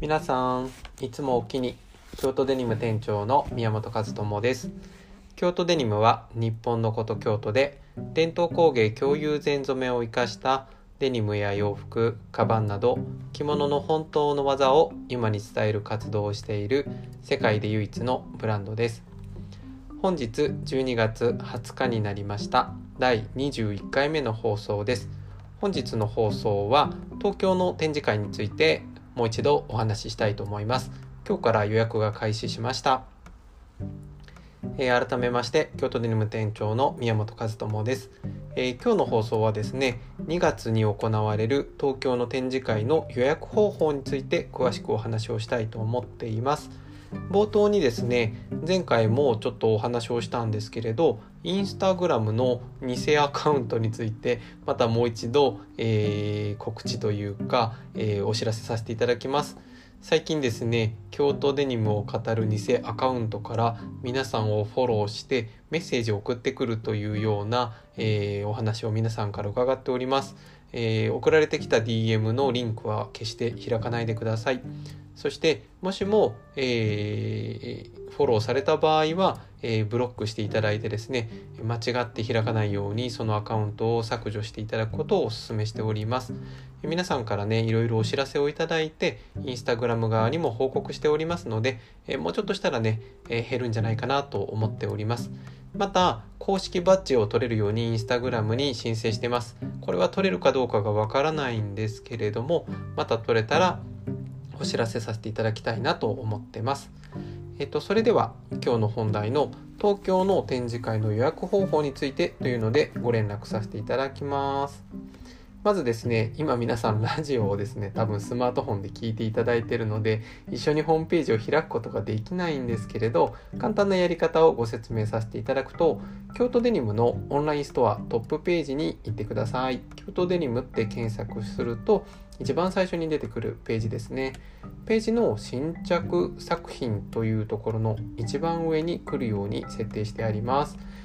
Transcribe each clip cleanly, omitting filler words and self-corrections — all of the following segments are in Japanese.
皆さん、いつもおきに京都デニム店長の宮本和智です。京都デニムは日本の古都京都で伝統工芸共有禅染めを生かしたデニムや洋服、カバンなど着物の本当の技を今に伝える活動をしている世界で唯一のブランドです。本日12月20日になりました第21回目の放送です。本日の放送は東京の展示会についてもう一度お話ししたいと思います。今日から予約が開始しました。改めまして京都デニム店長の宮本和智です。今日の放送はですね、2月に行われる東京の展示会の予約方法について詳しくお話をしたいと思っています。冒頭にですね、前回もちょっとお話をしたんですけれど、インスタグラムの偽アカウントについてまたもう一度、告知というか、お知らせさせていただきます。最近ですね、京都デニムを語る偽アカウントから皆さんをフォローしてメッセージを送ってくるというような、お話を皆さんから伺っております。送られてきた DM のリンクは決して開かないでください。そしてもしも、フォローされた場合は、ブロックしていただいてですね、間違って開かないようにそのアカウントを削除していただくことをお勧めしております。皆さんからね、いろいろお知らせをいただいてインスタグラム側にも報告しておりますので、もうちょっとしたらね、減るんじゃないかなと思っております。また公式バッジを取れるようにインスタグラムに申請してます。これは取れるかどうかがわからないんですけれども、また取れたらお知らせさせていただきたいなと思ってます。それでは今日の本題の東京の展示会の予約方法についてというのでご連絡させていただきます。まずですね、今皆さんラジオをですね、多分スマートフォンで聞いていただいているので一緒にホームページを開くことができないんですけれど、簡単なやり方をご説明させていただくと、京都デニムのオンラインストアトップページに行ってください。京都デニムって検索すると一番最初に出てくるページですね。ページの新着作品というところの一番上に来るように設定してあります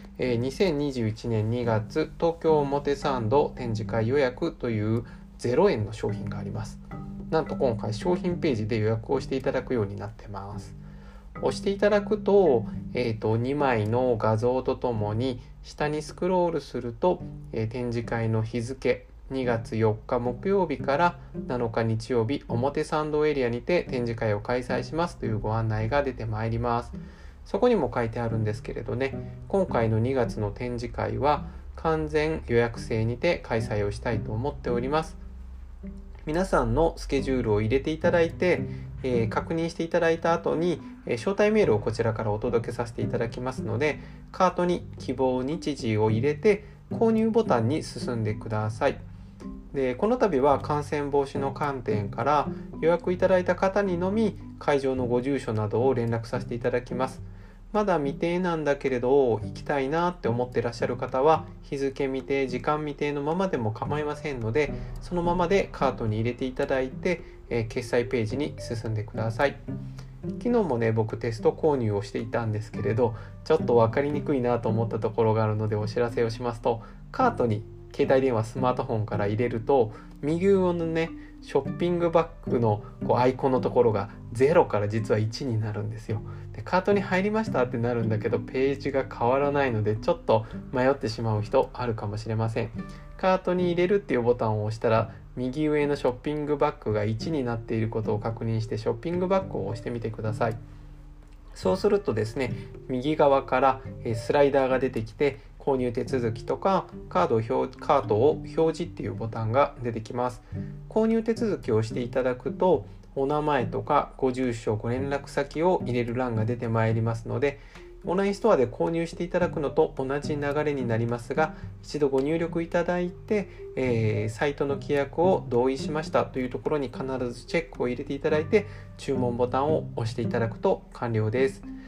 。2021年2月東京表参道展示会予約という0円の商品があります。なんと今回商品ページで予約をしていただくようになってます。押していただくと、2枚の画像とともに下にスクロールすると、展示会の日付2月4日木曜日から7日日曜日表参道エリアにて展示会を開催しますというご案内が出てまいります。そこにも書いてあるんですけれどね、今回の2月の展示会は完全予約制にて開催をしたいと思っております。皆さんのスケジュールを入れていただいて、確認していただいた後に、招待メールをこちらからお届けさせていただきますので、カートに希望日時を入れて購入ボタンに進んでください。で、この度は感染防止の観点から予約いただいた方にのみ会場のご住所などを連絡させていただきます。まだ未定なんだけれど行きたいなって思ってらっしゃる方は日付未定、時間未定のままでも構いませんので、そのままでカートに入れていただいて、決済ページに進んでください。昨日もね、僕テスト購入をしていたんですけれど、ちょっと分かりにくいなと思ったところがあるのでお知らせをしますと、カートに携帯電話スマートフォンから入れると右上のね、ショッピングバッグのアイコンのところが0から実は1になるんですよ。で、カートに入りましたってなるんだけどページが変わらないのでちょっと迷ってしまう人あるかもしれません。カートに入れるっていうボタンを押したら右上のショッピングバッグが1になっていることを確認してショッピングバッグを押してみてください。そうするとですね、右側からスライダーが出てきて購入手続きとかカートを表示っていうボタンが出てきます。購入手続きをしていただくとお名前とかご住所、ご連絡先を入れる欄が出てまいりますので、オンラインストアで購入していただくのと同じ流れになりますが、一度ご入力いただいて、サイトの規約を同意しましたというところに必ずチェックを入れていただいて注文ボタンを押していただくと完了です。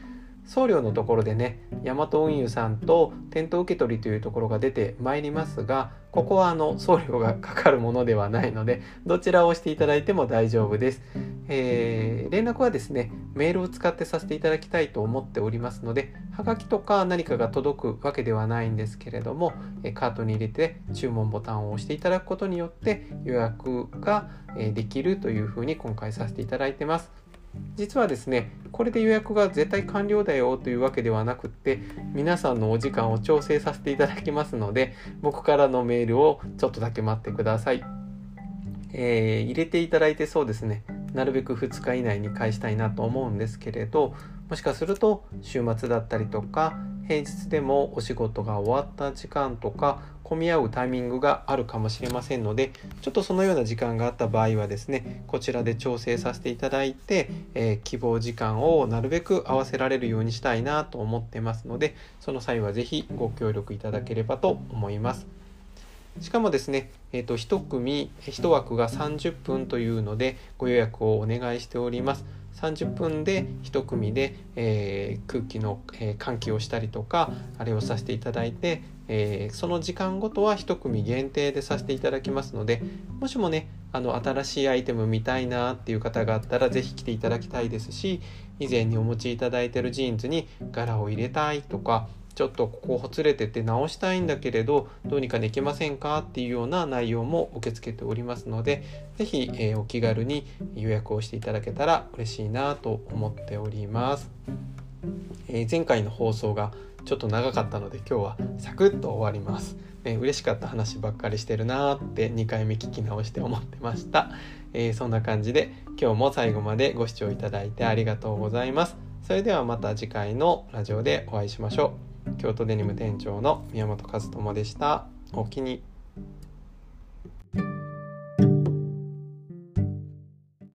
送料のところでね、ヤマト運輸さんと店頭受け取りというところが出てまいりますが、ここは送料がかかるものではないので、どちらを押していただいても大丈夫です。連絡はですね、メールを使ってさせていただきたいと思っておりますので、はがきとか何かが届くわけではないんですけれども、カートに入れて注文ボタンを押していただくことによって予約ができるというふうに今回させていただいてます。実はですね、これで予約が絶対完了だよというわけではなくって、皆さんのお時間を調整させていただきますので、僕からのメールをちょっとだけ待ってください。入れていただいて、そうですね、なるべく2日以内に返したいなと思うんですけれど、もしかすると週末だったりとか平日でもお仕事が終わった時間とか混み合うタイミングがあるかもしれませんので、ちょっとそのような時間があった場合はですね、こちらで調整させていただいて、希望時間をなるべく合わせられるようにしたいなと思ってますので、その際はぜひご協力いただければと思います。しかもですね、1枠が30分というのでご予約をお願いしております。30分で1組で、空気の、換気をしたりとかあれをさせていただいて、その時間ごとは1組限定でさせていただきますので、もしもね新しいアイテム見たいなっていう方があったらぜひ来ていただきたいですし、以前にお持ちいただいているジーンズに柄を入れたいとか、ちょっとここほつれてて直したいんだけれどどうにかできませんかっていうような内容も受け付けておりますので、ぜひ、お気軽に予約をしていただけたら嬉しいなと思っております。前回の放送がちょっと長かったので今日はサクッと終わります。嬉しかった話ばっかりしてるなって2回目聞き直して思ってました。そんな感じで今日も最後までご視聴いただいてありがとうございます。それではまた次回のラジオでお会いしましょう。京都デニム店長の宮本和智でした。おおきに。